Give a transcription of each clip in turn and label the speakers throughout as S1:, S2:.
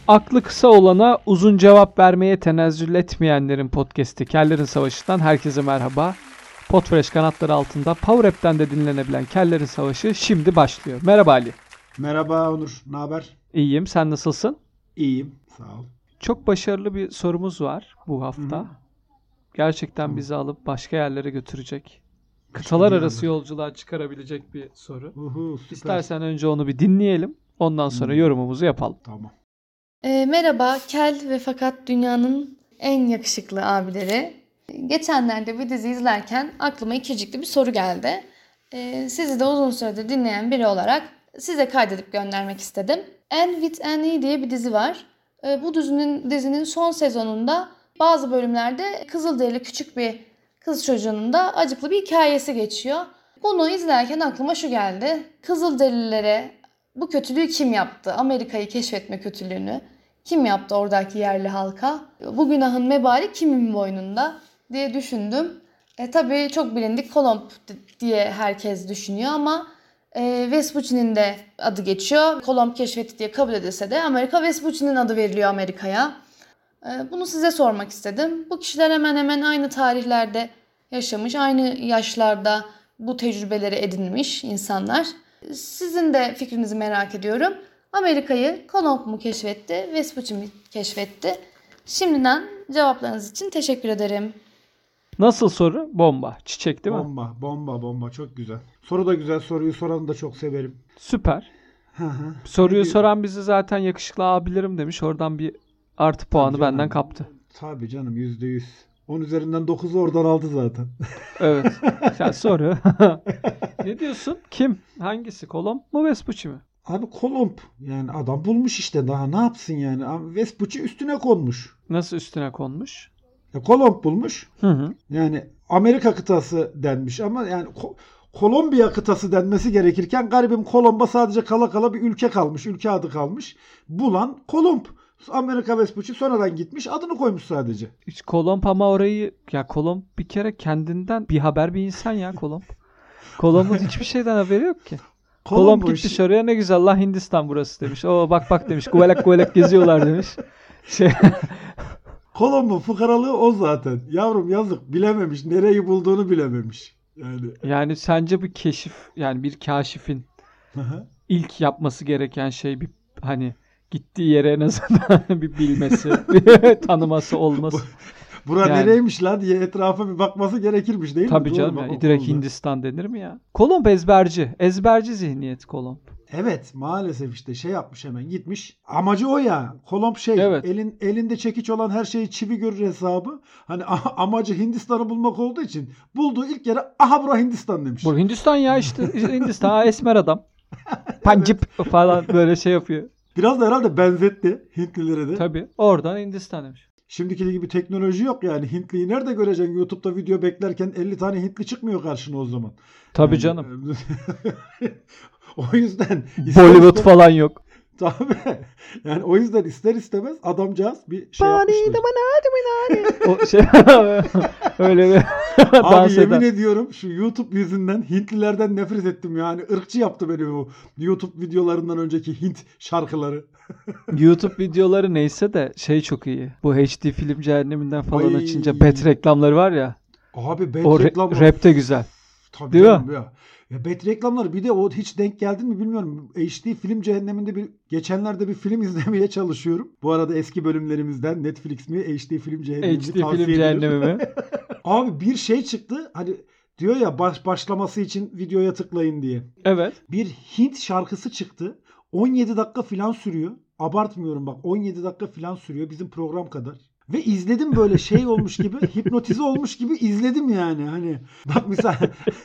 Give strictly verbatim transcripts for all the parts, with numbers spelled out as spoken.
S1: Aklı kısa olana uzun cevap vermeye tenezzül etmeyenlerin podcast'i Kellerin Savaşı'ndan herkese merhaba. Podfresh kanatları altında Power App'ten de dinlenebilen Kellerin Savaşı şimdi başlıyor. Merhaba Ali.
S2: Merhaba Onur, ne haber?
S1: İyiyim, sen nasılsın?
S2: İyiyim, sağ ol.
S1: Çok başarılı bir sorumuz var bu hafta. Hı-hı. Gerçekten Hı-hı. bizi alıp başka yerlere götürecek, kıtalar arası yolculuğa çıkarabilecek bir soru.
S2: Uhu,
S1: İstersen önce onu bir dinleyelim, ondan sonra Hı-hı. yorumumuzu yapalım.
S2: Tamam.
S3: E, merhaba, Kel ve fakat dünyanın en yakışıklı abileri. Geçenlerde bir dizi izlerken aklıma ikircikli bir soru geldi. E, sizi de uzun süredir dinleyen biri olarak size kaydedip göndermek istedim. Anne with Annie diye bir dizi var. E, bu dizinin, dizinin son sezonunda bazı bölümlerde Kızılderili küçük bir kız çocuğunun da acıklı bir hikayesi geçiyor. Bunu izlerken aklıma şu geldi. Kızılderililere bu kötülüğü kim yaptı? Amerika'yı keşfetme kötülüğünü kim yaptı oradaki yerli halka? Bu günahın mebali kimin boynunda diye düşündüm. E, tabii çok bilindik Kolomb diye herkes düşünüyor ama e, Vespucci'nin de adı geçiyor. Kolomb keşfetti diye kabul edilse de Amerika Vespucci'nin adı veriliyor Amerika'ya. E, bunu size sormak istedim. Bu kişiler hemen hemen aynı tarihlerde yaşamış, aynı yaşlarda bu tecrübeleri edinmiş insanlar. Sizin de fikrinizi merak ediyorum. Amerika'yı Kolomb mu keşfetti, Vespucci mi keşfetti? Şimdiden cevaplarınız için teşekkür ederim.
S1: Nasıl soru? Bomba. Çiçek değil mi?
S2: Bomba, bomba, bomba. Çok güzel. Soru da güzel. Soruyu soranı da çok severim.
S1: Süper.
S2: Hı hı.
S1: Soruyu soran bizi zaten yakışıklı abilerim demiş. Oradan bir artı puanı
S2: Tabii
S1: benden
S2: canım.
S1: kaptı.
S2: Tabii canım yüzde yüz. on üzerinden dokuzu oradan aldı zaten.
S1: Evet. Sen soru. Ne diyorsun? Kim? Hangisi? Kolomb mu Vespucci mi?
S2: Abi Kolomb. Yani adam bulmuş işte daha ne yapsın yani. Abi Vespucci üstüne konmuş.
S1: Nasıl üstüne konmuş?
S2: Ya Kolomb bulmuş.
S1: Hı hı.
S2: Yani Amerika kıtası denmiş ama yani Ko- Kolombiya kıtası denmesi gerekirken garibim Kolomb'a sadece kala kala bir ülke kalmış. Ülke adı kalmış. Bulan Kolomb. Amerika Vespucci sonradan gitmiş adını koymuş sadece.
S1: Hiç Kolomb ama orayı ya Kolomb bir kere kendinden bir haber bir insan ya Kolomb. Kolomb'un hiçbir şeyden haberi yok ki. Kolomb gitmiş işi... oraya ne güzel la Hindistan burası demiş. Oo bak bak demiş. Guvelek guvelek geziyorlar demiş. Şey
S2: Kolomb'un fukaralığı o zaten. Yavrum yazık bilememiş. Nereyi bulduğunu bilememiş. Yani
S1: yani sence bir keşif yani bir kaşifin ilk yapması gereken şey bir hani gittiği yere en azından bir bilmesi, bir tanıması olması.
S2: Bura
S1: yani,
S2: nereymiş lan diye etrafa bir bakması gerekirmiş değil
S1: tabii
S2: mi?
S1: Tabii canım ya. Direkt Hindistan denir mi ya? Kolomb ezberci. Ezberci zihniyet Kolomb.
S2: Evet maalesef işte şey yapmış hemen gitmiş. Amacı o ya. Kolomb şey
S1: evet.
S2: elin elinde çekiç olan her şeyi çivi görür hesabı. Hani amacı Hindistan'ı bulmak olduğu için bulduğu ilk yere aha bura Hindistan demiş.
S1: Bu Hindistan ya işte Hindistan esmer adam. Pancip evet. falan böyle şey yapıyor.
S2: Biraz da herhalde benzetti Hintlilere de.
S1: Tabii oradan Hindistan demiş.
S2: Şimdiki gibi teknoloji yok yani. Hintliyi nerede göreceksin? YouTube'da video beklerken elli tane Hintli çıkmıyor karşına o zaman.
S1: Tabii
S2: yani,
S1: canım.
S2: O yüzden
S1: Bollywood ister, falan yok.
S2: Tabii. Yani o yüzden ister istemez adamcağız bir şey yapmıştı.
S1: O şey öyle bir
S2: Abi yemin eder. ediyorum şu YouTube yüzünden Hintlilerden nefret ettim yani. Irkçı yaptı beni bu YouTube videolarından önceki Hint şarkıları.
S1: YouTube videoları neyse de şey çok iyi. Bu H D film cehenneminden falan Ay. açınca bet reklamları var ya.
S2: Abi bet
S1: o
S2: reklamları.
S1: O rap de güzel.
S2: Tabii değil mi? Ya. Ya bet reklamları bir de o hiç denk geldin mi bilmiyorum. H D film cehenneminde bir geçenlerde bir film izlemeye çalışıyorum. Bu arada eski bölümlerimizden Netflix mi H D film cehennemi
S1: H D film cehennemi mi?
S2: Abi bir şey çıktı. Hani diyor ya baş, başlaması için videoya tıklayın diye.
S1: Evet.
S2: Bir Hint şarkısı çıktı. on yedi dakika falan sürüyor. Abartmıyorum bak on yedi dakika falan sürüyor bizim program kadar. Ve izledim böyle şey olmuş gibi hipnotize olmuş gibi izledim yani. Hani bak misal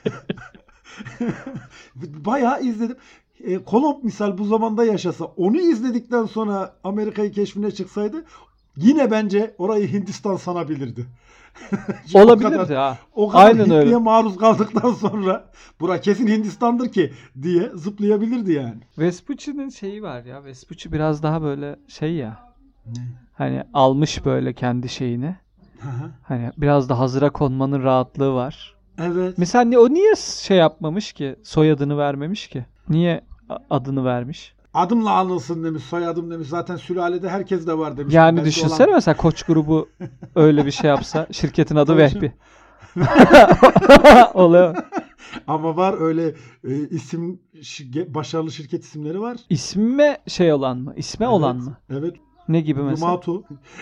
S2: bayağı izledim. E, Kolomb misal bu zamanda yaşasa onu izledikten sonra Amerika'yı keşfine çıksaydı yine bence orayı Hindistan sanabilirdi.
S1: Olabilirdi
S2: o kadar,
S1: ha.
S2: O kadar
S1: Aynen
S2: Hintliye
S1: öyle.
S2: maruz kaldıktan sonra bura kesin Hindistan'dır ki diye zıplayabilirdi yani.
S1: Vespucci'nin şeyi var ya. Vespucci biraz daha böyle şey ya.
S2: Ne?
S1: Hani almış böyle kendi şeyini.
S2: Hı-hı.
S1: Hani biraz da hazıra konmanın rahatlığı var.
S2: Evet.
S1: Mesela o niye şey yapmamış ki? Soyadını vermemiş ki? Niye adını vermiş?
S2: adımla anılsın demiş, soyadım demiş. Zaten sülalede herkes de var demiş.
S1: Yani
S2: Belki
S1: düşünsene
S2: olan...
S1: mesela Koç grubu öyle bir şey yapsa. Şirketin adı Vehbi. Oluyor.
S2: Ama var öyle e, isim şi- başarılı şirket isimleri var.
S1: İsme şey olan mı? İsme
S2: Evet,
S1: olan mı?
S2: Evet.
S1: Ne gibi mesela?
S2: Yumatu.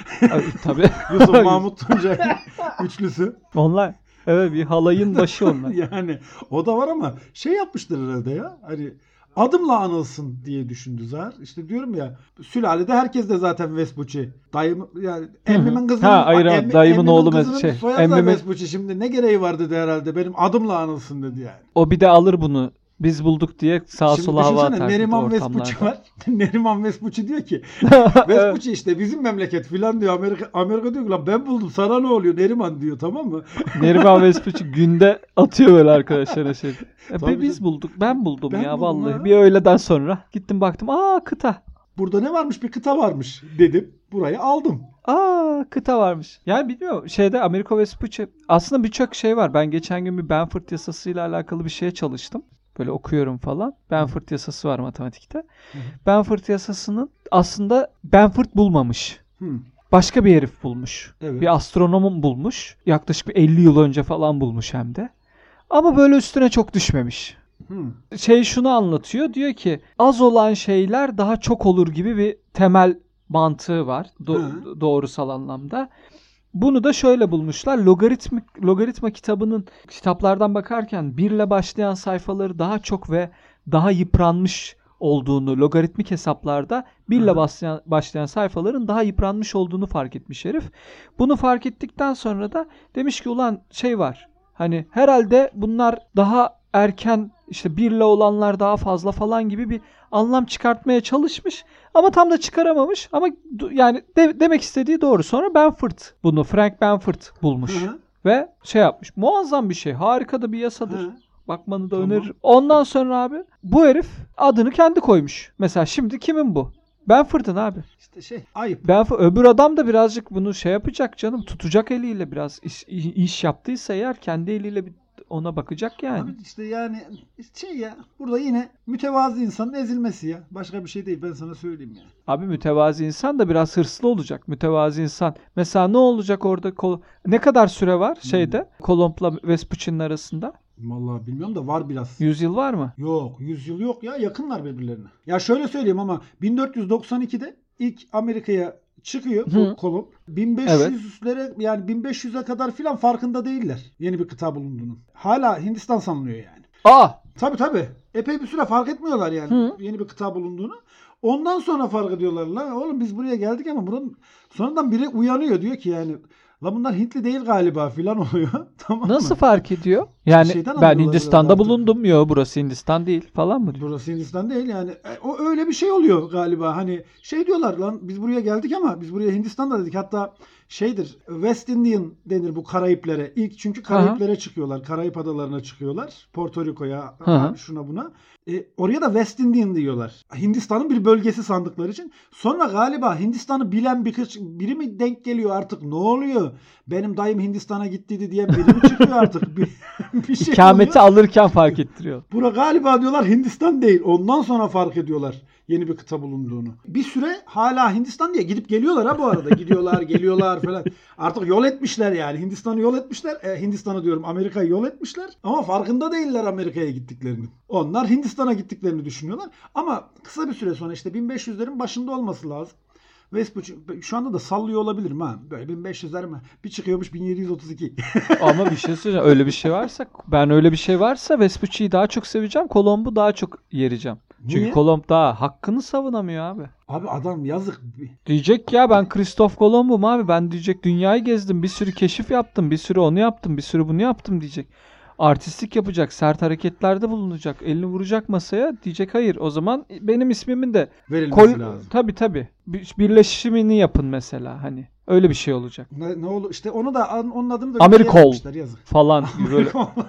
S1: Tabii.
S2: Yusuf Mahmut Tuncay üçlüsü.
S1: Onlar. Evet, bir halayın başı onlar.
S2: Yani o da var ama şey yapmıştır herhalde ya. Hani adımla anılsın diye düşündü Zar. İşte diyorum ya, sülalede herkes de zaten Vespucci. Dayım yani emmimin kızının
S1: Ha, ayır,
S2: em-
S1: dayımın
S2: emmimin
S1: oğlu
S2: kızının
S1: şey,
S2: soyadı da
S1: emmimin-
S2: Vespucci. Şimdi ne gereği var dedi herhalde. Benim adımla anılsın dedi yani.
S1: O bir de alır bunu. Biz bulduk diye sağa
S2: Şimdi
S1: sola hava
S2: düşünsene,
S1: atar.
S2: Neriman
S1: ortamlarda.
S2: Vespucci var. Neriman Vespucci diyor ki Vespucci işte bizim memleket filan diyor. Amerika Amerika diyor ki lan ben buldum, sana ne oluyor Neriman diyor, tamam mı?
S1: Neriman Vespucci günde atıyor böyle arkadaşlara şey. E,
S2: Tabii
S1: biz
S2: canım.
S1: bulduk. Ben buldum
S2: Ben
S1: ya
S2: buldum
S1: vallahi.
S2: ha.
S1: Bir öğleden sonra gittim baktım. Aa, kıta.
S2: Burada ne varmış, bir kıta varmış dedim. Burayı aldım.
S1: Aa, kıta varmış. Yani bilmiyorum, şeyde Amerigo Vespucci aslında birçok şey var. Ben geçen gün bir Benford yasasıyla alakalı bir şeye çalıştım. Böyle okuyorum falan. Benford yasası var matematikte.
S2: Hı hı.
S1: Benford yasasının aslında Benford bulmamış.
S2: Hı.
S1: Başka bir herif bulmuş.
S2: Evet.
S1: Bir astronomun bulmuş. Yaklaşık bir elli yıl önce falan bulmuş hem de. Ama böyle üstüne çok düşmemiş.
S2: Hı.
S1: Şey şunu anlatıyor. Diyor ki az olan şeyler daha çok olur gibi bir temel mantığı var. Do-
S2: Hı.
S1: doğrusal anlamda. Bunu da şöyle bulmuşlar. Logaritmik logaritma kitabının kitaplardan bakarken birle başlayan sayfaları daha çok ve daha yıpranmış olduğunu, logaritmik hesaplarda birle
S2: Hı.
S1: başlayan, başlayan sayfaların daha yıpranmış olduğunu fark etmiş herif. Bunu fark ettikten sonra da demiş ki ulan şey var. Hani herhalde bunlar daha erken, işte birle olanlar daha fazla falan gibi bir anlam çıkartmaya çalışmış ama tam da çıkaramamış, ama du- yani de- demek istediği doğru. Sonra Benford bunu, Frank Benford bulmuş
S2: Hı hı.
S1: ve şey yapmış. Muazzam bir şey. Harika da bir yasadır.
S2: Hı.
S1: Bakmanı da
S2: Tamam.
S1: öneririm. Ondan sonra abi bu herif adını kendi koymuş. Mesela şimdi kimin bu? Benford'un abi.
S2: İşte şey ayıp.
S1: Benford, öbür adam da birazcık bunu şey yapacak canım. Tutacak eliyle biraz. İş, iş yaptıysa eğer kendi eliyle bir ona bakacak yani.
S2: Abi işte yani şey ya, burada yine mütevazi insanın ezilmesi ya. Başka bir şey değil, ben sana söyleyeyim ya.
S1: Abi mütevazi insan da biraz hırslı olacak. Mütevazi insan. Mesela ne olacak orada? Kol- ne kadar süre var şeyde? Kolomb'la Vespucci'nin arasında?
S2: Vallahi bilmiyorum da var biraz.
S1: yüz yıl var mı?
S2: Yok, yüz yıl yok ya, yakınlar birbirlerine. Ya şöyle söyleyeyim ama bin dört yüz doksan ikide ilk Amerika'ya çıkıyor
S1: Hı.
S2: bu Kolomb. bin beş yüzlere yani bin beş yüze kadar filan farkında değiller yeni bir kıta bulunduğunu. Hala Hindistan sanılıyor yani.
S1: Aa!
S2: Tabii tabii. Epey bir süre fark etmiyorlar yani
S1: Hı.
S2: yeni bir kıta bulunduğunu. Ondan sonra fark ediyorlar. Lan oğlum biz buraya geldik ama buranın sonradan biri uyanıyor, diyor ki yani la bunlar Hintli değil galiba filan oluyor. Tamam
S1: Nasıl
S2: mı?
S1: fark ediyor? Yani
S2: şeyden
S1: ben
S2: anlıyorlar
S1: Hindistan'da
S2: artık.
S1: bulundum. Yok, burası Hindistan değil falan mı diyor?
S2: Burası Hindistan değil yani. E, o öyle bir şey oluyor galiba. Hani şey diyorlar, lan biz buraya geldik ama biz buraya Hindistan'da dedik. Hatta şeydir, West Indian denir bu Karayiplere. İlk çünkü Karayiplere çıkıyorlar. Karayip adalarına çıkıyorlar. Porto Rico'ya,
S1: Hı.
S2: şuna buna. E, oraya da West Indian diyorlar. Hindistan'ın bir bölgesi sandıkları için. Sonra galiba Hindistan'ı bilen bir kız, biri mi denk geliyor artık, ne oluyor? Benim dayım Hindistan'a gittiydi diye biri mi çıkıyor artık? Bir, bir şey
S1: İkameti
S2: oluyor.
S1: alırken fark ettiriyor.
S2: Bura galiba diyorlar Hindistan değil. Ondan sonra fark ediyorlar yeni bir kıta bulunduğunu. Bir süre hala Hindistan diye gidip geliyorlar ha bu arada. Gidiyorlar, geliyorlar falan. Artık yol etmişler yani. Hindistan'ı yol etmişler. E, Hindistan'ı diyorum, Amerika'yı yol etmişler. Ama farkında değiller Amerika'ya gittiklerini. Onlar Hindistan'a gittiklerini düşünüyorlar. Ama kısa bir süre sonra işte bin beş yüzlerin başında olması lazım. Vespucci şu anda da sallıyor olabilirim ha. Böyle bin beş yüzler mi? Bir çıkıyormuş bin yedi yüz otuz iki.
S1: Ama bir şey söyleyeceğim. Öyle bir şey varsa, ben öyle bir şey varsa Vespucci'yi daha çok seveceğim. Kolomb'u daha çok yereceğim. Çünkü
S2: Niye?
S1: Kolomb daha hakkını savunamıyor abi.
S2: Abi adam yazık.
S1: Diyecek ya ben Kristof Kolomb'um abi. Ben diyecek dünyayı gezdim. Bir sürü keşif yaptım. Bir sürü onu yaptım. Bir sürü bunu yaptım diyecek. Artistik yapacak. Sert hareketlerde bulunacak. Elini vuracak masaya. Diyecek hayır. O zaman benim ismimin de
S2: Verilmesi
S1: kol...
S2: lazım.
S1: Tabii tabii. Bir, birleşimini yapın mesela. Hani öyle bir şey olacak.
S2: Ne, ne olur işte onu da onun adını da
S1: Amerikol.
S2: yapmışlar, yazık.
S1: Falan gibi böyle.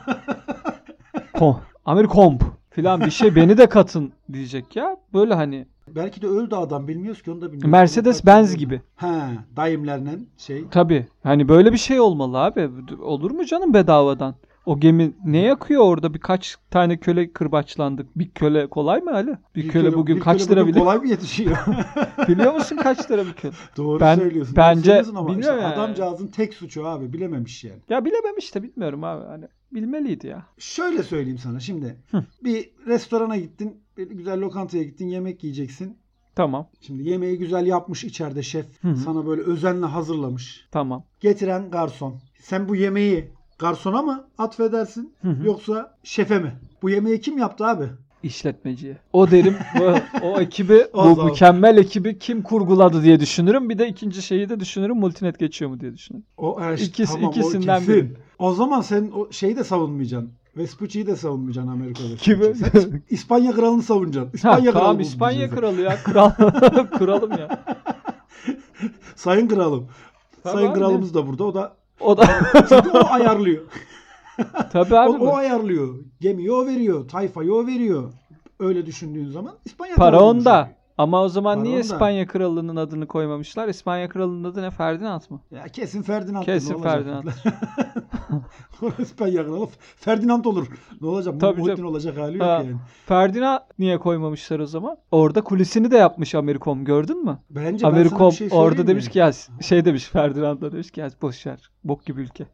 S1: Ko- Amerikomb filan bir şey, beni de katın diyecek ya. Böyle hani
S2: Belki de öldü adam, bilmiyoruz ki, onu da bilmiyoruz.
S1: Mercedes Benz gibi.
S2: He, dayımlerle şey.
S1: Tabii. Hani böyle bir şey olmalı abi. Olur mu canım bedavadan? O gemi ne yakıyor orada? Birkaç tane köle kırbaçlandı. Bir köle kolay mı Ali? Bir,
S2: Bir
S1: köle bugün
S2: bir
S1: kaç
S2: köle
S1: lira
S2: bugün
S1: biliyor?
S2: kolay mı yetişiyor?
S1: Biliyor musun kaç lira bir köle?
S2: Doğru
S1: Ben-
S2: söylüyorsun.
S1: bence-
S2: Doğru söylüyorsun ama işte
S1: bilmiyorum yani.
S2: adamcağızın tek suçu abi. Bilememiş yani.
S1: Ya bilememiş de bilmiyorum abi. Hani bilmeliydi ya.
S2: Şöyle söyleyeyim sana şimdi.
S1: Hı.
S2: Bir restorana gittin. Bir güzel lokantaya gittin. Yemek yiyeceksin.
S1: Tamam.
S2: Şimdi yemeği güzel yapmış içeride şef.
S1: Hı hı.
S2: Sana böyle özenle hazırlamış.
S1: Tamam.
S2: Getiren garson. Sen bu yemeği garsona mı atfedersin
S1: Hı hı.
S2: yoksa şefe mi? Bu yemeği kim yaptı abi?
S1: İşletmeciye. O derim bu, o ekibi
S2: O
S1: bu
S2: zaman.
S1: mükemmel ekibi kim kurguladı diye düşünürüm. Bir de ikinci şeyi de düşünürüm. Multinet geçiyor mu diye düşünürüm.
S2: O e, işte,
S1: İkisi-
S2: tamam,
S1: ikisinden
S2: o kesin.
S1: biri.
S2: O zaman sen o şeyi de savunmayacaksın. Vespucci'yi de savunmayacaksın Amerika
S1: Kimi?
S2: Vespucci. Sen İspanya kralını savunacaksın.
S1: Ha,
S2: İspanya kralı
S1: tamam
S2: buldun
S1: İspanya
S2: diyeceksin.
S1: kralı ya. Kral. Kralım ya.
S2: Sayın kralım.
S1: Tabii
S2: Sayın
S1: abi.
S2: kralımız da burada. O da
S1: O da
S2: çünkü o ayarlıyor.
S1: tabii
S2: O,
S1: abi.
S2: o ayarlıyor. Gemiyi o veriyor. Tayfayı o veriyor. Öyle düşündüğün zaman İspanya
S1: Para
S2: kralı olmuş
S1: onda.
S2: oluyor.
S1: Ama o zaman
S2: Para
S1: niye
S2: onda.
S1: İspanya krallığının adını koymamışlar? İspanya krallığının adı ne? Ferdinand mı?
S2: Ya kesin Ferdinand.
S1: Kesin
S2: ne olacak?
S1: Ferdinand.
S2: İspanya kralı Ferdinand olur. Ne olacak?
S1: Tabii
S2: Muhittin
S1: canım.
S2: olacak hali yok
S1: Ha.
S2: yani.
S1: Ferdinand niye koymamışlar o zaman? Orada kulisini de yapmış Amerikom, gördün mü?
S2: Bence ben sana
S1: Amerikom
S2: bir şey söyleyeyim
S1: orada
S2: mi?
S1: demiş ki ya şey demiş, Ferdinand da demiş ki ya boş ver. Bok gibi ülke.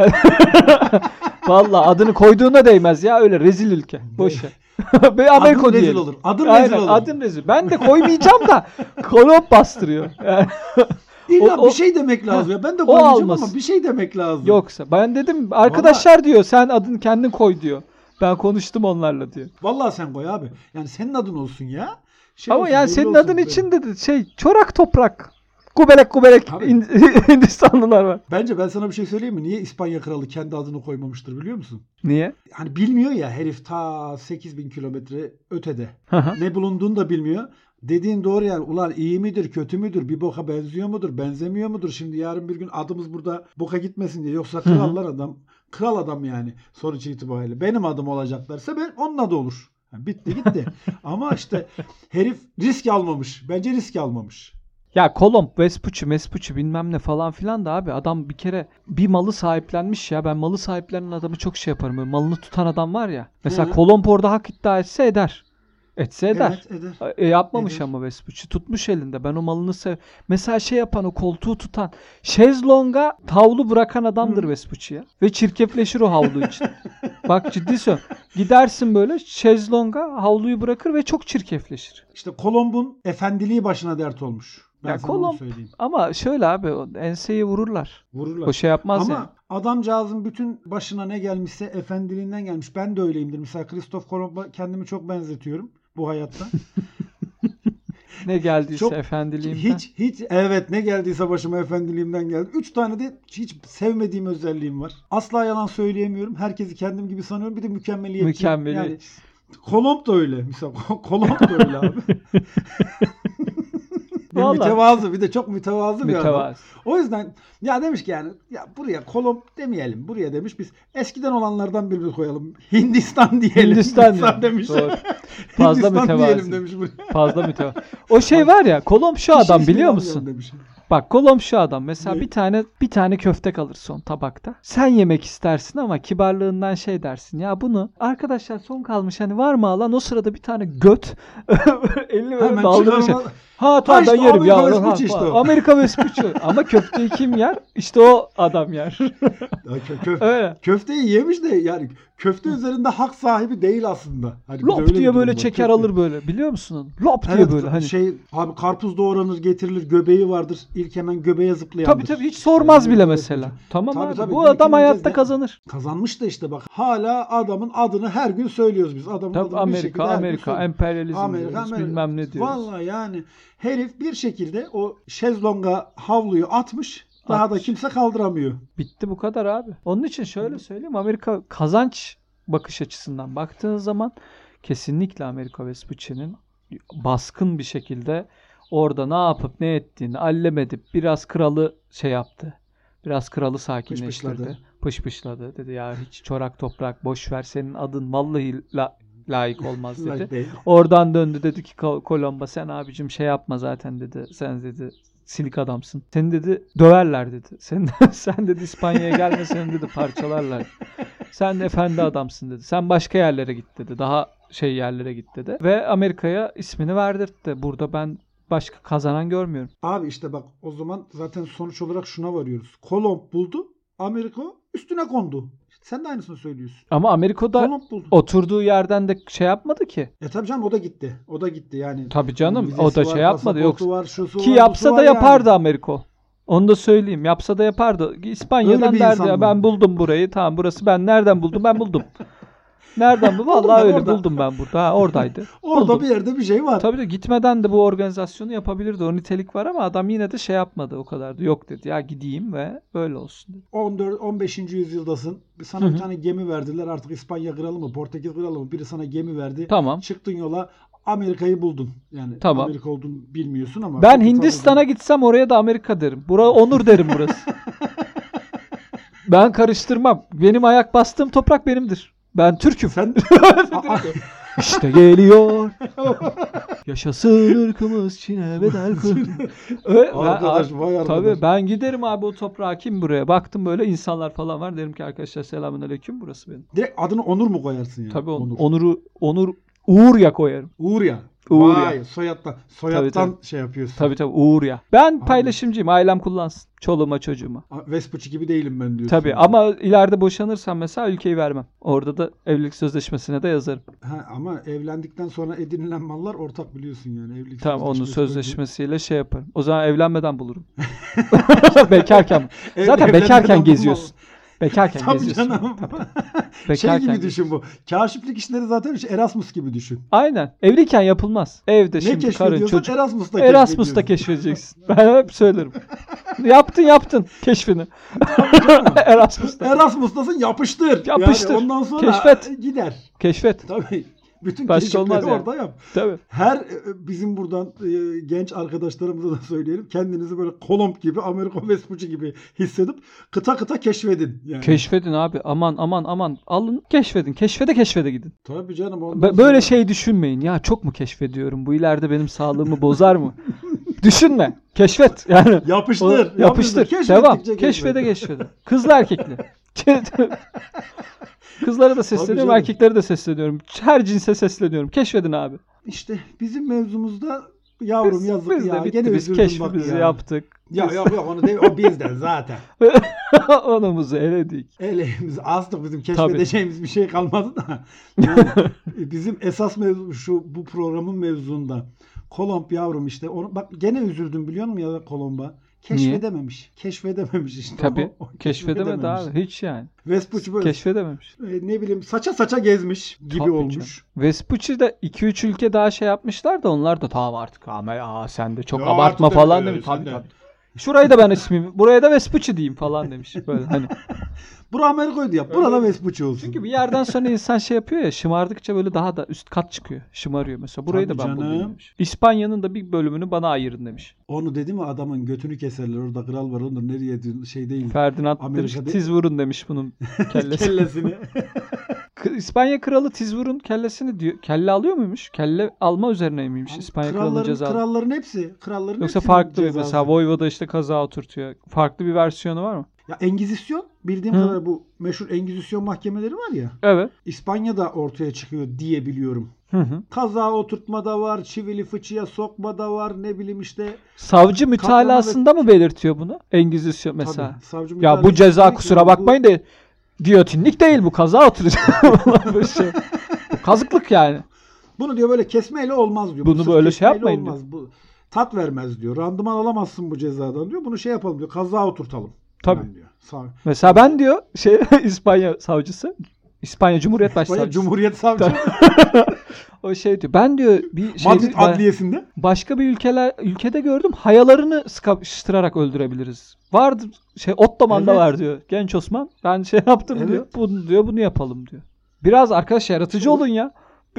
S1: Vallahi adını koyduğuna değmez ya, öyle rezil ülke. Boş ver. Be Ameriko
S2: Adın rezil
S1: diyelim.
S2: olur. Adın
S1: Aynen,
S2: rezil olur.
S1: adın rezil. Ben de koymayacağım da kolon bastırıyor. Yani,
S2: İlla
S1: o- o-
S2: bir şey demek lazım ya. Ben de
S1: o
S2: koymayacağım
S1: almasın.
S2: ama bir şey demek lazım.
S1: yoksa ben dedim arkadaşlar diyor sen adını kendin koy diyor. Ben konuştum onlarla diyor.
S2: Vallahi sen koy abi. Yani senin adın olsun ya. Şey
S1: Ama
S2: olsun,
S1: yani
S2: belli
S1: senin
S2: olsun
S1: adın
S2: böyle.
S1: için de şey çorak toprak. Kubelek kubelek
S2: Abi.
S1: Hin- Hindistanlılar var.
S2: Bence ben sana bir şey söyleyeyim mi? Niye İspanya kralı kendi adını koymamıştır biliyor musun?
S1: Niye?
S2: Hani bilmiyor ya herif ta sekiz bin kilometre ötede.
S1: Hı hı.
S2: Ne bulunduğunu da bilmiyor. Dediğin doğru yani. Ulan iyi midir, kötü müdür, bir boka benziyor mudur, benzemiyor mudur? Şimdi yarın bir gün adımız burada boka gitmesin diye. Yoksa krallar adam, kral adam yani sonuç itibariyle. Benim adım olacaklarsa ben onun adı olur. Yani bitti gitti. Ama işte herif risk almamış. Bence risk almamış.
S1: Ya Kolomb, Vespucci, Mespucci bilmem ne falan filan da abi adam bir kere bir malı sahiplenmiş ya. Ben malı sahiplenen adamı çok şey yaparım. Böyle malını tutan adam var ya. Mesela
S2: Hı.
S1: Kolomb orada hak iddia etse eder. Etse eder.
S2: Evet eder.
S1: E, yapmamış
S2: Eder.
S1: ama Vespucci. Tutmuş elinde. Ben o malını sev... Mesela şey yapan, o koltuğu tutan. Şezlonga havlu bırakan adamdır
S2: Hı.
S1: Vespucci ya. Ve çirkefleşir o havlu için. Bak ciddi söylüyorum. Gidersin böyle şezlonga havluyu bırakır ve çok çirkefleşir.
S2: İşte Kolomb'un efendiliği başına dert olmuş. Ben
S1: Ya
S2: sana onu
S1: Kolomb-
S2: söyleyeyim.
S1: Ama şöyle abi o enseyi vururlar.
S2: Vururlar.
S1: O şey yapmaz
S2: Ama
S1: yani.
S2: adamcağızın bütün başına ne gelmişse efendiliğinden gelmiş. Ben de öyleyimdir. Mesela Christoph Kolomb'a kendimi çok benzetiyorum bu hayatta.
S1: Ne geldiyse
S2: Çok-
S1: efendiliğimden.
S2: hiç hiç evet ne geldiyse başıma efendiliğimden geldi. Üç tane de hiç sevmediğim özelliğim var. Asla yalan söyleyemiyorum. Herkesi kendim gibi sanıyorum. Bir de mükemmeliyetçi.
S1: Mükemmeli.
S2: Yani Kolomb da öyle. Mesela Kolomb da öyle abi. Bir
S1: Vallahi.
S2: mütevazı bir de çok mütevazı bir adam.
S1: Mütevazı.
S2: O yüzden ya demiş ki yani ya buraya Kolomb demeyelim. Buraya demiş biz eskiden olanlardan birini koyalım. Hindistan diyelim.
S1: Hindistan diyor.
S2: demiş.
S1: Doğru. Fazla
S2: Hindistan
S1: mütevazı.
S2: diyelim demiş buraya.
S1: Fazla mütevazı. O şey var ya, Kolomb şu
S2: Hiç
S1: adam
S2: ismini
S1: biliyor
S2: almayalım
S1: musun?
S2: demiş.
S1: Bak Kolomb şu adam. Mesela
S2: Ne?
S1: bir tane bir tane köfte kalır son tabakta. Sen yemek istersin ama kibarlığından şey dersin. Ya bunu arkadaşlar son kalmış hani var mı alan, o sırada bir tane göt elini böyle
S2: Hemen
S1: daldırır.
S2: çıkarma.
S1: Ha tamam
S2: Ha
S1: ben
S2: işte
S1: yerim ya.
S2: Amerika
S1: Ha,
S2: Vespucci işte o.
S1: Amerika Vespucci. Ama köfteyi kim yer? İşte o adam yer.
S2: Ya kö- kö-
S1: Öyle.
S2: köfteyi yemiş de yani köfte üzerinde hak sahibi değil aslında. Hani bir de
S1: Lop
S2: öyle bir
S1: diye
S2: durum
S1: böyle
S2: var.
S1: çeker
S2: Köfte-
S1: alır böyle. Biliyor musun onu? Lop diye
S2: Evet,
S1: böyle hani.
S2: şey abi karpuz doğranır getirilir göbeği vardır. İlk hemen göbeğe zıplayandır.
S1: Tabii tabii hiç sormaz
S2: Yani
S1: bile
S2: böyle
S1: mesela.
S2: Vespucci.
S1: Tamam
S2: Tabii,
S1: abi.
S2: tabii,
S1: Bu
S2: bir
S1: adam
S2: iki
S1: hayatta
S2: bileceğiz ya.
S1: kazanır.
S2: Kazanmış da işte bak hala adamın adını her gün söylüyoruz biz. Adamın
S1: Tabii
S2: adını bir
S1: Amerika,
S2: şekilde her gün
S1: Amerika,
S2: söylüyoruz.
S1: emperyalizm
S2: Amerika,
S1: diyoruz,
S2: Amerika.
S1: bilmem ne diyoruz.
S2: Vallahi yani herif bir şekilde o şezlonga havluyu atmış. Daha
S1: Atmış.
S2: da kimse kaldıramıyor.
S1: Bitti bu kadar abi. Onun için şöyle söyleyeyim, Amerika kazanç bakış açısından baktığın zaman kesinlikle Amerika Vespucci'nin baskın bir şekilde orada ne yapıp ne ettiğini allem edip biraz kralı şey yaptı. Biraz kralı sakinleştirdi.
S2: Pışpışladı.
S1: Pışpışladı. Dedi ya hiç çorak toprak boş ver, senin adın vallahi la- layık olmaz dedi.
S2: Like değil.
S1: Oradan döndü dedi ki Kol- Kolomba sen abicim şey yapma zaten dedi. Sen dedi silik adamsın. Seni dedi döverler dedi. Sen sen dedi İspanya'ya gelme, seni dedi parçalarlar. Sen efendi adamsın dedi. Sen başka yerlere git dedi. Daha şey yerlere git dedi. Ve Amerika'ya ismini verdirtti. Burada ben başka kazanan görmüyorum.
S2: Abi işte bak o zaman zaten sonuç olarak şuna varıyoruz. Kolomb buldu. Amerika üstüne kondu. Sen de aynısını söylüyorsun.
S1: Ama Amerika'da
S2: Kolomb buldu.
S1: oturduğu yerden de şey yapmadı ki.
S2: E tabii canım o da gitti. O da gitti yani.
S1: Tabii canım
S2: Vizesi
S1: o da
S2: var,
S1: şey yapmadı. Yok.
S2: pasaportu var, şusu
S1: Ki
S2: var,
S1: yapsa
S2: busu
S1: da
S2: var
S1: yapardı
S2: yani.
S1: Amerika. Onu da söyleyeyim. Yapsa da yapardı.
S2: Öyle
S1: İspanya'dan
S2: bir
S1: derdi
S2: insan
S1: ya
S2: mı?
S1: ben buldum burayı. Tamam burası ben nereden buldum? Ben buldum. Nereden bu?
S2: Buldum
S1: Vallahi
S2: ben
S1: öyle
S2: orada.
S1: buldum ben burada. Ha, oradaydı.
S2: Orada
S1: Buldum.
S2: bir yerde bir şey var.
S1: Tabii de gitmeden de bu organizasyonu yapabilirdi. O nitelik var ama adam yine de şey yapmadı o kadar da. Yok dedi ya gideyim ve böyle olsun dedi.
S2: on dört on beşinci yüzyıldasın. Sana
S1: Hı hı.
S2: bir tane gemi verdiler. Artık İspanya kralı mı, Portekiz kralı mı? Biri sana gemi verdi.
S1: Tamam.
S2: Çıktın yola. Amerika'yı buldun. Yani
S1: Tamam.
S2: Amerika olduğunu bilmiyorsun ama.
S1: Ben
S2: çok
S1: Hindistan'a
S2: tanıdın.
S1: gitsem oraya da Amerika derim. Bura Onur derim burası. Ben karıştırmam. Benim ayak bastığım toprak benimdir. Ben Türk'üm.
S2: Sen Aa,
S1: İşte geliyor. Yaşasın ırkımız Çin'e bedel kıl. Öyle- ben-
S2: arkadaş vay arkadaş.
S1: Tabii ben giderim abi o toprağa kim buraya? Baktım böyle insanlar falan var. Derim ki arkadaşlar selamünaleyküm burası benim.
S2: Direkt adını Onur mu koyarsın yani?
S1: Tabii
S2: Onur.
S1: Onur'u Onur Uğur ya koyarım.
S2: Uğur ya.
S1: Uğur
S2: Vay,
S1: ya.
S2: soyattan. Soyattan
S1: Tabii,
S2: şey yapıyorsun.
S1: Tabii tabii Uğur ya. Ben paylaşımcıyım. Ailem kullansın. Çoluğuma çocuğuma.
S2: Vespucci gibi değilim ben diyorsun.
S1: Tabii ama ileride boşanırsam mesela ülkeyi vermem. Orada da evlilik sözleşmesine de yazarım.
S2: Ha, ama evlendikten sonra edinilen mallar ortak biliyorsun yani. Evlilik
S1: Tamam onun
S2: sözleşmesi
S1: sözleşmesiyle şey yaparım. O zaman evlenmeden bulurum. Bekarken.
S2: Ev-
S1: Zaten
S2: evlenmeden
S1: bekarken
S2: bulma.
S1: geziyorsun. Bekarken
S2: Tabii
S1: geziyorsun.
S2: canım.
S1: Bekarken
S2: Şey gibi
S1: geziyorsun.
S2: düşün bu. Kaşiflik işleri zaten işte Erasmus gibi düşün.
S1: Aynen. Evliyken yapılmaz. Evde
S2: Ne
S1: şimdi karın
S2: keşfediyorsan
S1: çocuk.
S2: Erasmus'ta
S1: Erasmus'ta
S2: keşfediyorsun.
S1: keşfedeceksin. Ben hep söylerim. yaptın yaptın keşfini. Erasmus'ta.
S2: Erasmus'tasın yapıştır.
S1: Yapıştır.
S2: Yani ondan sonra
S1: Keşfet.
S2: gider.
S1: Keşfet.
S2: Tabii. Bütün
S1: Başka
S2: keşifleri
S1: olmaz yani.
S2: orada yap.
S1: Tabii.
S2: Her e, bizim buradan e, genç arkadaşlarımıza da söyleyelim. Kendinizi böyle Kolomb gibi, Amerika Vespucci gibi hissedip kıta kıta keşfedin. Yani.
S1: Keşfedin abi. Aman aman aman. Alın keşfedin. Keşfede keşfede gidin.
S2: Tabii canım. ondan
S1: Be- Böyle
S2: sonra-
S1: şey düşünmeyin. Ya çok mu keşfediyorum? Bu ileride benim sağlığımı bozar mı? Düşünme. Keşfet. Yani
S2: Yapıştır.
S1: o-
S2: yapıştır.
S1: yapıştır.
S2: Keşfettikçe
S1: Devam.
S2: keşfet.
S1: Keşfede keşfede. Kızlı erkekli. Kızlara da sesleniyorum,
S2: canım.
S1: erkeklere de sesleniyorum. Her cinse sesleniyorum. Keşfedin abi.
S2: İşte bizim mevzumuzda yavrum
S1: Biz,
S2: yazık
S1: biz
S2: ya.
S1: de bitti.
S2: Gene
S1: Biz
S2: üzüldüm bak
S1: keşfimizi
S2: ya.
S1: yaptık.
S2: Ya yok yok onu değil. O bizden zaten.
S1: Onumuzu eledik.
S2: Eleğimizi astık bizim keşfedeceğimiz bir şey kalmadı da. Yani bizim esas mevzu şu bu programın mevzunda. Kolomb yavrum işte. Onu, bak gene üzüldüm biliyor musun ya da Kolomb'a. Keşfedememiş. Keşfedememiş işte.
S1: Tabii.
S2: O- o
S1: Keşfedemedi
S2: keşfedememiş.
S1: abi. Hiç yani.
S2: Vespucci böyle
S1: Keşfedememiş.
S2: e, ne bileyim saça saça gezmiş gibi
S1: Tabii
S2: olmuş.
S1: canım. Vespucci'de iki üç ülke daha şey yapmışlar da onlar da tamam artık ama ya sen de çok
S2: Ya
S1: abartma
S2: artık
S1: falan
S2: de-
S1: demiş.
S2: sen
S1: Tabii
S2: de.
S1: tabii. Şurayı da ben ismimi, buraya da Vespucci diyeyim falan demiş. Böyle hani.
S2: Bura Amerika'ydı yap. Burada
S1: Öyle.
S2: Vespucci olsun.
S1: Çünkü bir yerden sonra insan şey yapıyor ya şımardıkça böyle daha da üst kat çıkıyor. Şımarıyor mesela. Burayı
S2: Tabii
S1: da ben
S2: canım.
S1: bulayım demiş. İspanya'nın da bir bölümünü bana ayırın demiş.
S2: Onu dedi mi adamın götünü keserler. Orada kral var. Onu nereye diyor, şey değil.
S1: Ferdinand demiş
S2: Amerika'da-
S1: tiz vurun demiş bunun kellesi.
S2: Kellesini.
S1: K- İspanya kralı tiz vurun kellesini diyor. Kelle alıyor muymuş? Kelle alma üzerine miymiş İspanya kralının
S2: kralların,
S1: cezası?
S2: kralların hepsi. Kralların
S1: Yoksa
S2: hepsinin
S1: farklı bir
S2: cezası.
S1: mesela Voyvoda işte kaza oturtuyor. Farklı bir versiyonu var mı?
S2: Ya Engizisyon bildiğim
S1: Hı.
S2: kadar bu meşhur Engizisyon mahkemeleri var ya.
S1: Evet.
S2: İspanya'da ortaya çıkıyor diye biliyorum.
S1: Hı hı.
S2: Kaza oturtma da var, çivili fıçıya sokma da var, ne bileyim işte.
S1: Savcı mütalasında mı belirtiyor bunu? Engizisyon mesela.
S2: Tabii, savcı
S1: Ya bu
S2: müdahalesi
S1: ceza
S2: diyor ki,
S1: kusura
S2: bu-
S1: bakmayın da giyotinlik değil bu kaza oturacak. Böyle şey. Bu kazıklık yani.
S2: Bunu diyor böyle kesmeyle olmaz diyor.
S1: Bunu
S2: sırf
S1: böyle şey
S2: kesmeyle
S1: yapmayın
S2: olmaz. Bu tat vermez diyor. Randıman alamazsın bu cezadan diyor. Bunu şey yapalım diyor. Kaza oturtalım.
S1: Tabii.
S2: falan diyor. Sağ,
S1: Mesela ben diyor şey İspanya savcısı İspanya Cumhuriyet
S2: İspanya
S1: Başsavcısı.
S2: Cumhuriyet Savcı.
S1: O şey diyor. Ben diyor bir şey
S2: Madrid Adliyesi'nde.
S1: başka bir ülkeler ülkede gördüm. Hayalarını sıkıştırarak öldürebiliriz. Vardır şey Ottoman'da
S2: Evet.
S1: var diyor. Genç Osman. Ben şey yaptım
S2: Evet.
S1: diyor. Bunu diyor bunu yapalım diyor. Biraz arkadaş yaratıcı olun ya.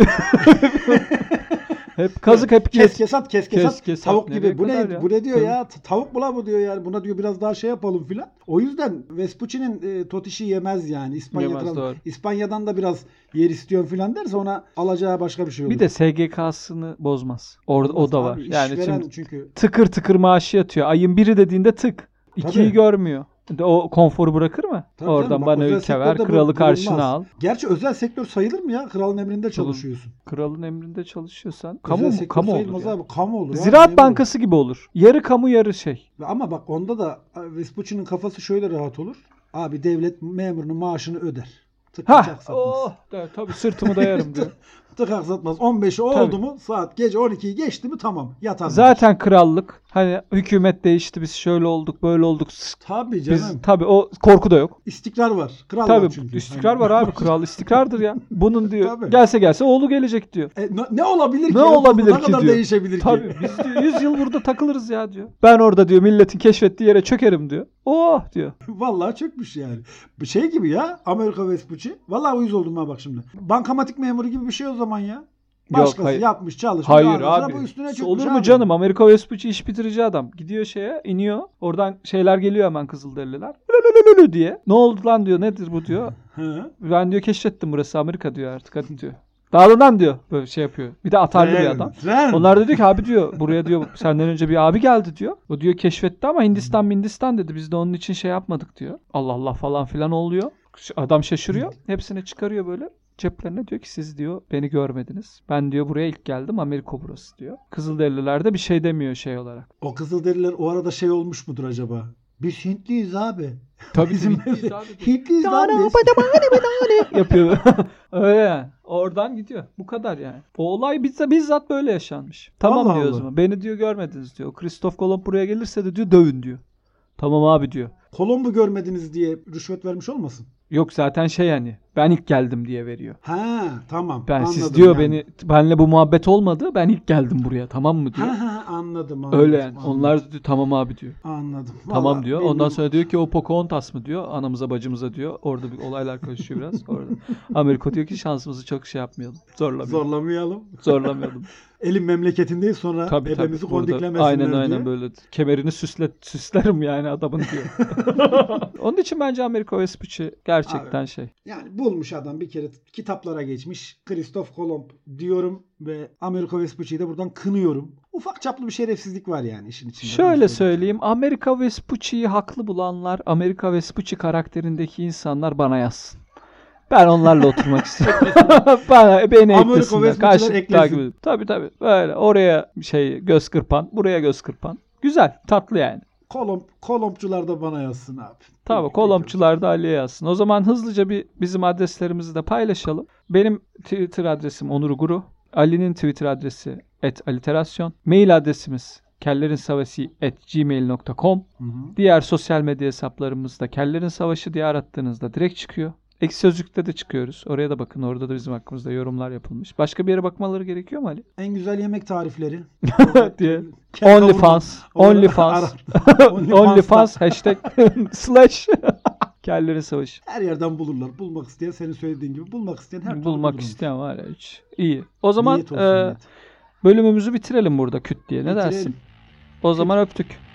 S1: Hep kazık hep
S2: Kes
S1: kes.
S2: kesat kes kesat
S1: Kes, kesat
S2: tavuk
S1: nereye
S2: gibi. Bu
S1: kadar
S2: ne
S1: ya?
S2: bu ne diyor
S1: Tabii.
S2: ya? Ta- Tavuk mu la bu diyor yani. Buna diyor biraz daha şey yapalım filan. O yüzden Vespucci'nin e, totişi yemez yani. İspanya
S1: Yemez,
S2: kralı-
S1: doğru.
S2: İspanya'dan da biraz yer istiyorum filan derse ona alacağı başka bir şey olur.
S1: Bir de S G K'sını bozmaz. Orada o da var.
S2: Abi,
S1: Yani
S2: işveren
S1: şimdi
S2: çünkü
S1: tıkır tıkır maaşı yatıyor. Ayın biri dediğinde tık. İkiyi
S2: Tabii.
S1: görmüyor. De o konforu bırakır mı?
S2: Tabii
S1: Oradan
S2: canım, bak,
S1: bana
S2: özel
S1: ülke ver,
S2: sektörde bu
S1: kralı karşına
S2: bulunmaz.
S1: al.
S2: Gerçi özel sektör sayılır mı ya? Kralın emrinde çalışıyorsun.
S1: Kralın emrinde çalışıyorsan kamu
S2: Özel
S1: mu?
S2: sektör
S1: Kamu olur
S2: sayılmaz
S1: ya.
S2: abi. Kamu olur. abi,
S1: Ziraat
S2: memur
S1: Bankası gibi olur. Yarı kamu yarı şey.
S2: olur. Ama bak onda da Vespucci'nin kafası şöyle rahat olur. Abi devlet memurunun maaşını öder. Tık
S1: Ha,
S2: tık aksatmaz.
S1: oh, de, tabii sırtımı dayarım diyor.
S2: Tık aksatmaz. on beşi oldu
S1: Tabii.
S2: mu saat gece on ikiyi geçti mi tamam. Yatan.
S1: Zaten krallık. Hani hükümet değişti, biz şöyle olduk, böyle olduk.
S2: Tabii canım.
S1: Biz tabii o korku da yok.
S2: İstikrar var. Kral var
S1: Tabii
S2: çünkü.
S1: istikrar
S2: Hani-
S1: var abi. Kral istikrardır ya. Bunun diyor
S2: Tabii.
S1: gelse gelse oğlu gelecek diyor.
S2: E, ne, ne olabilir ki?
S1: Ne
S2: En fazla
S1: olabilir
S2: ne
S1: ki
S2: kadar
S1: diyor.
S2: değişebilir ki?
S1: Tabii biz diyor yüz yıl burada takılırız ya diyor. Ben orada diyor milletin keşfettiği yere çökerim diyor. Oh diyor.
S2: Vallahi çökmüş yani. Bir şey gibi ya Amerika Vespucci. Vallahi uyuz oldum ha bak şimdi. Bankamatik memuru gibi bir şey o zaman ya. Başkası
S1: hayır.
S2: yapmış çalışmış.
S1: Hayır
S2: ondan sonra
S1: abi.
S2: bu üstüne çökmüş
S1: Olur mu
S2: abi.
S1: canım? Amerika Vespucci iş bitirici adam. Gidiyor şeye, iniyor. Oradan şeyler geliyor hemen Kızılderililer. Lülülülülü diye. Ne oldu lan diyor. Nedir bu diyor.
S2: Hı.
S1: Ben diyor keşfettim, burası Amerika diyor artık, hadi diyor. Dağılın lan diyor. Böyle şey yapıyor. Bir de atarlı bir
S2: Tren,
S1: adam.
S2: tren.
S1: Onlar da diyor ki abi diyor buraya diyor senden önce bir abi geldi diyor. O diyor keşfetti ama Hindistan Hindistan dedi. Biz de onun için şey yapmadık diyor. Allah Allah falan filan oluyor. Adam şaşırıyor. Hepsini çıkarıyor böyle. Ceplerine diyor ki siz diyor beni görmediniz. Ben diyor buraya ilk geldim, Amerika burası diyor. Kızılderililer de bir şey demiyor şey olarak.
S2: O Kızılderililer o arada şey olmuş mudur acaba? Biz Hintliyiz abi.
S1: Tabii
S2: Bizim
S1: Hintliyiz abi.
S2: Hintliyiz lan biz.
S1: Yapıyor. Öyle yani. Oradan gidiyor. Bu kadar yani. O olay bizzat, bizzat böyle yaşanmış. Tamam
S2: Allah
S1: diyor o
S2: Allah.
S1: zaman. Beni diyor görmediniz diyor. Kristof Kolomb buraya gelirse de diyor dövün diyor. Tamam abi diyor.
S2: Kolomb'u görmediniz diye rüşvet vermiş olmasın?
S1: Yok zaten şey yani. Ben ilk geldim diye veriyor.
S2: Ha tamam.
S1: Ben
S2: anladım
S1: siz diyor
S2: yani.
S1: beni benle bu muhabbet olmadı. Ben ilk geldim buraya, tamam mı diyor.
S2: Ha ha anladım. anladım
S1: Öyle yani.
S2: anladım.
S1: Onlar da diyor tamam abi diyor.
S2: Anladım.
S1: Tamam
S2: Vallahi
S1: diyor. Ondan
S2: bilmiyorum.
S1: sonra diyor ki o Pocahontas mı diyor. Anamıza bacımıza diyor. Orada bir olaylar karışıyor biraz. Orada. Amerika diyor ki şansımızı çok şey yapmayalım. Zorlamayalım.
S2: Zorlamayalım.
S1: Zorlamayalım.
S2: Elin memleketindeyiz sonra
S1: Tabii tabii.
S2: ebemizi
S1: Burada
S2: kondiklemesinler
S1: aynen aynen
S2: diye.
S1: böyle kemerini süsle, süslerim yani adamın diyor. Onun için bence Amerika Vespucci gerçekten
S2: Abi.
S1: şey.
S2: Yani bulmuş adam bir kere kitaplara geçmiş. Kristof Kolomb diyorum ve Amerika Vespucci'yi de buradan kınıyorum. Ufak çaplı bir şerefsizlik var yani işin içinde.
S1: Şöyle söyleyeyim. Amerika Vespucci'yi haklı bulanlar, Amerika Vespucci karakterindeki insanlar bana yazsın. Ben onlarla oturmak istiyorum. Bana beni
S2: Amerika
S1: eklesinler.
S2: Vespucci'ler
S1: Karşı
S2: eklesin.
S1: takip edin. Tabii tabii. Böyle oraya şey göz kırpan, buraya göz kırpan. Güzel, tatlı yani.
S2: Kolomb, Kolombçular da bana yazsın abi.
S1: Tabii
S2: Peki,
S1: Kolombçular da Ali'ye yazsın. O zaman hızlıca bir bizim adreslerimizi de paylaşalım. Benim Twitter adresim Onur Guru. Ali'nin Twitter adresi et aliterasyon. Mail adresimiz kellerinsavaşı at gmail nokta com.
S2: Hı hı.
S1: Diğer sosyal medya hesaplarımızda Kellerin Savaşı diye arattığınızda direkt çıkıyor. Ekşi Sözlük'te de çıkıyoruz. Oraya da bakın. Orada da bizim hakkımızda yorumlar yapılmış. Başka bir yere bakmaları gerekiyor mu Ali?
S2: En güzel yemek tarifleri.
S1: diye.
S2: Kendi
S1: OnlyFans.
S2: oradan-
S1: OnlyFans.
S2: OnlyFans'ta.
S1: OnlyFans hashtag slash Kellerin Savaşı.
S2: Her yerden bulurlar. Bulmak isteyen senin söylediğin gibi. Bulmak isteyen her türlü
S1: Bulmak
S2: bulur.
S1: isteyen var ya hiç. İyi. O zaman
S2: Niyet olsun,
S1: e,
S2: niyet.
S1: bölümümüzü bitirelim burada küt diye. Ne
S2: Bitirelim.
S1: dersin? O zaman öptük.